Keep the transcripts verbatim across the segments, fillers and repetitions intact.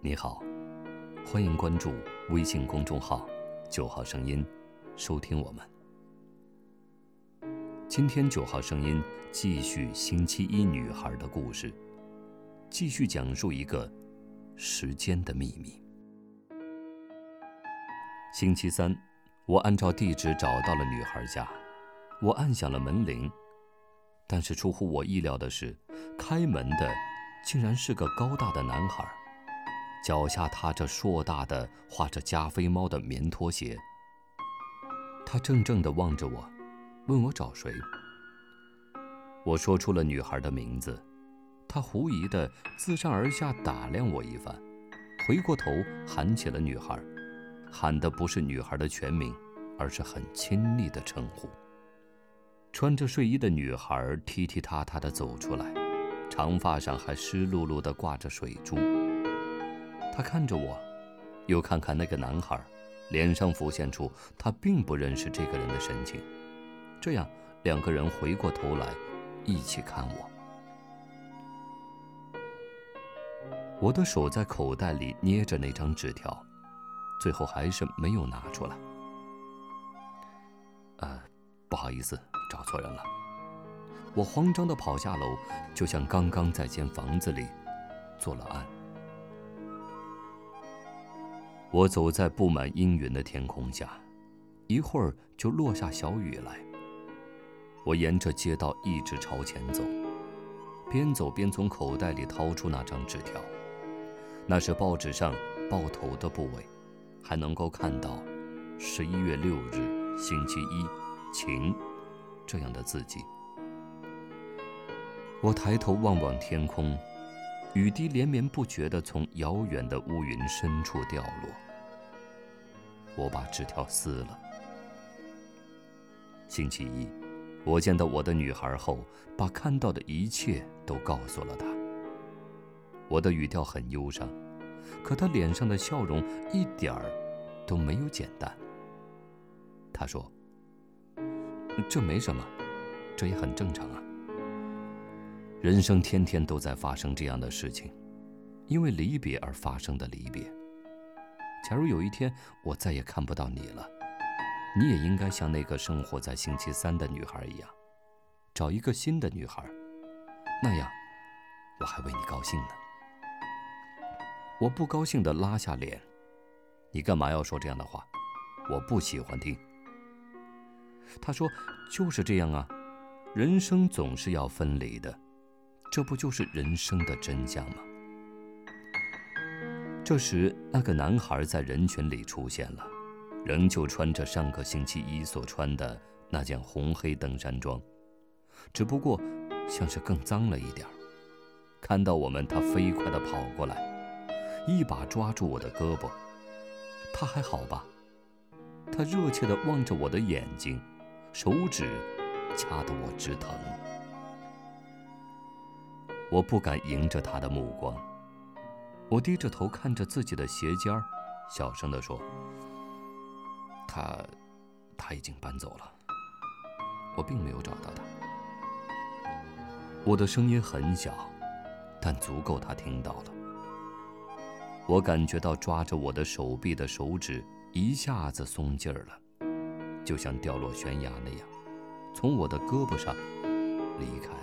你好，欢迎关注微信公众号九号声音，收听我们。今天九号声音继续星期一女孩的故事，继续讲述一个时间的秘密。星期三，我按照地址找到了女孩家，我按响了门铃，但是出乎我意料的是，开门的竟然是个高大的男孩，脚下踏着硕大的画着加菲猫的棉拖鞋。他怔怔地望着我，问我找谁。我说出了女孩的名字，他狐疑地自上而下打量我一番，回过头喊起了女孩，喊的不是女孩的全名，而是很亲昵的称呼。穿着睡衣的女孩踢踢踏踏地走出来，长发上还湿漉漉地挂着水珠。她看着我，又看看那个男孩，脸上浮现出他并不认识这个人的神情。这样，两个人回过头来，一起看我。我的手在口袋里捏着那张纸条，最后还是没有拿出来。呃，不好意思，找错人了。我慌张地跑下楼，就像刚刚在间房子里做了案。我走在布满阴云的天空下，一会儿就落下小雨来。我沿着街道一直朝前走，边走边从口袋里掏出那张纸条，那是报纸上报头的部位，还能够看到十一月六日星期一晴这样的字迹。我抬头望望天空，雨滴连绵不绝地从遥远的乌云深处掉落。我把纸条撕了。星期一，我见到我的女孩后，把看到的一切都告诉了她。我的语调很忧伤，可她脸上的笑容一点儿都没有减淡。她说：“这没什么，这也很正常啊。人生天天都在发生这样的事情，因为离别而发生的离别。假如有一天我再也看不到你了，你也应该像那个生活在星期三的女孩一样，找一个新的女孩，那样我还为你高兴呢。”我不高兴地拉下脸：“你干嘛要说这样的话？我不喜欢听。”他说：“就是这样啊，人生总是要分离的，这不就是人生的真相吗？”这时，那个男孩在人群里出现了，仍旧穿着上个星期一所穿的那件红黑登山装，只不过像是更脏了一点。看到我们，他飞快地跑过来，一把抓住我的胳膊。他还好吧？他热切地望着我的眼睛，手指掐得我直疼。我不敢迎着他的目光，我低着头看着自己的鞋尖儿，小声地说：“他，他已经搬走了，我并没有找到他。”我的声音很小，但足够他听到了。我感觉到抓着我的手臂的手指一下子松劲儿了，就像掉落悬崖那样，从我的胳膊上离开了。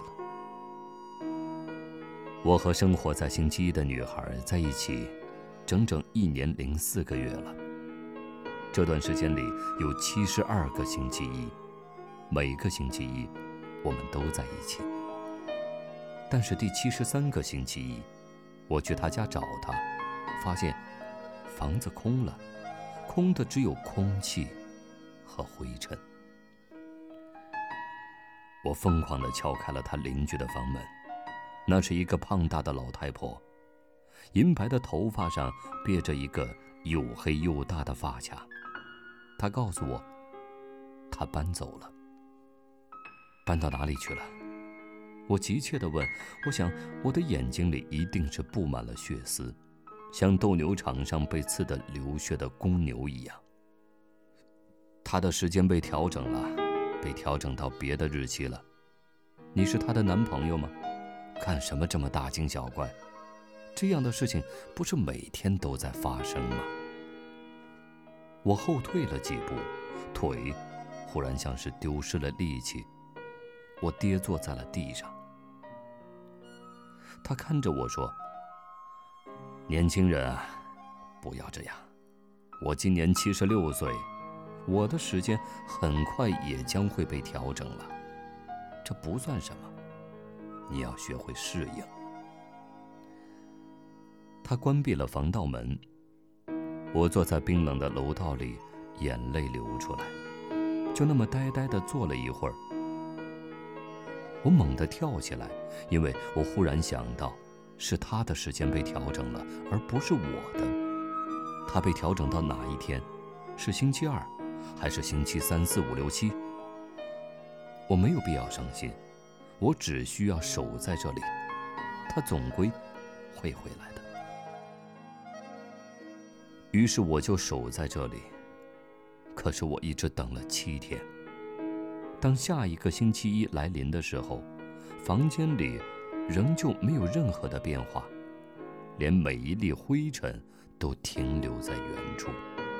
我和生活在星期一的女孩在一起整整一年零四个月了。这段时间里有七十二个星期一，每个星期一我们都在一起。但是第七十三个星期一，我去她家找她，发现房子空了，空的只有空气和灰尘。我疯狂地敲开了她邻居的房门，那是一个胖大的老太婆，银白的头发上别着一个又黑又大的发卡。她告诉我，她搬走了。搬到哪里去了？我急切地问，我想我的眼睛里一定是布满了血丝，像斗牛场上被刺得流血的公牛一样。她的时间被调整了，被调整到别的日期了。你是她的男朋友吗？干什么这么大惊小怪？ 这样的事情不是每天都在发生吗？我后退了几步，腿忽然像是丢失了力气，我跌坐在了地上。他看着我说：“年轻人啊，不要这样。我今年七十六岁，我的时间很快也将会被调整了，这不算什么，你要学会适应。”他关闭了防盗门，我坐在冰冷的楼道里，眼泪流出来，就那么呆呆地坐了一会儿。我猛地跳起来，因为我忽然想到，是他的时间被调整了，而不是我的。他被调整到哪一天？是星期二，还是星期三、四、五、六、七？我没有必要伤心，我只需要守在这里，他总归会回来的。于是我就守在这里，可是我一直等了七天。当下一个星期一来临的时候，房间里仍旧没有任何的变化，连每一粒灰尘都停留在原处。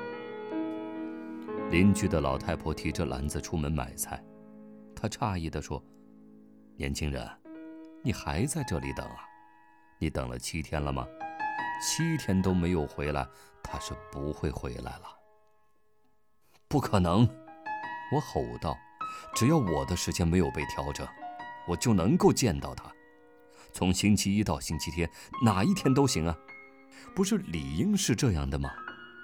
邻居的老太婆提着篮子出门买菜，她诧异地说：“年轻人，你还在这里等啊？你等了七天了吗？七天都没有回来，他是不会回来了。”不可能！我吼道，只要我的时间没有被调整，我就能够见到他。从星期一到星期天，哪一天都行啊，不是理应是这样的吗？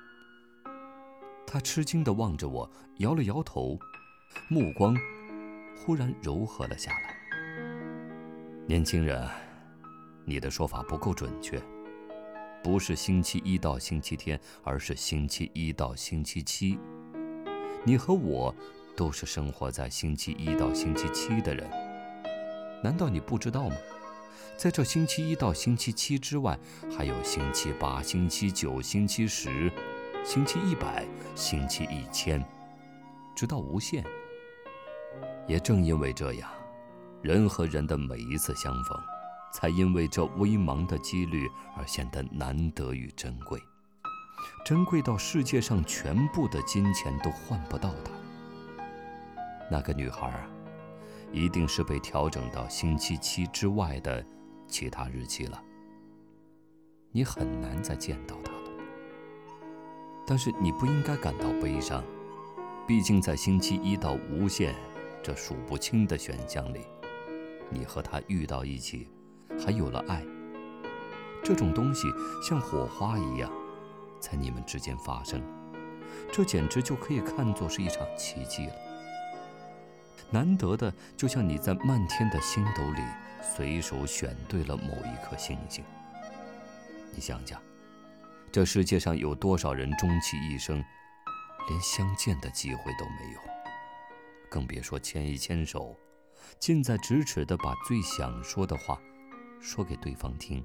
他吃惊地望着我，摇了摇头，目光忽然柔和了下来。年轻人，你的说法不够准确，不是星期一到星期天，而是星期一到星期七。你和我都是生活在星期一到星期七的人，难道你不知道吗？在这星期一到星期七之外，还有星期八、星期九、星期十、星期一百、星期一千，直到无限。也正因为这样，人和人的每一次相逢，才因为这微茫的几率而显得难得与珍贵，珍贵到世界上全部的金钱都换不到它。那个女孩啊，一定是被调整到星期七之外的其他日期了，你很难再见到她了。但是你不应该感到悲伤，毕竟在星期一到无限这数不清的选项里，你和她遇到一起，还有了爱。这种东西像火花一样在你们之间发生，这简直就可以看作是一场奇迹了。难得的，就像你在漫天的星斗里随手选对了某一颗星星。你想想，这世界上有多少人终其一生连相见的机会都没有，更别说牵一牵手，近在咫尺地把最想说的话说给对方听。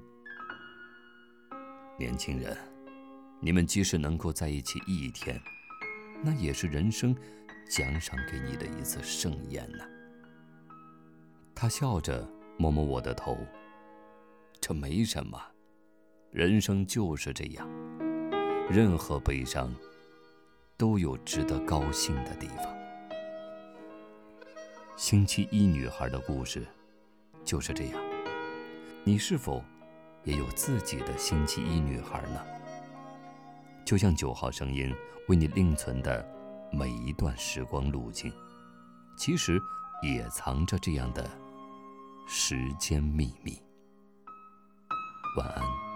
年轻人，你们即使能够在一起一天，那也是人生奖赏给你的一次盛宴呢。他笑着摸摸我的头，这没什么，人生就是这样，任何悲伤都有值得高兴的地方。星期一女孩的故事就是这样，你是否也有自己的星期一女孩呢？就像九号声音为你另存的每一段时光路径，其实也藏着这样的时间秘密。晚安。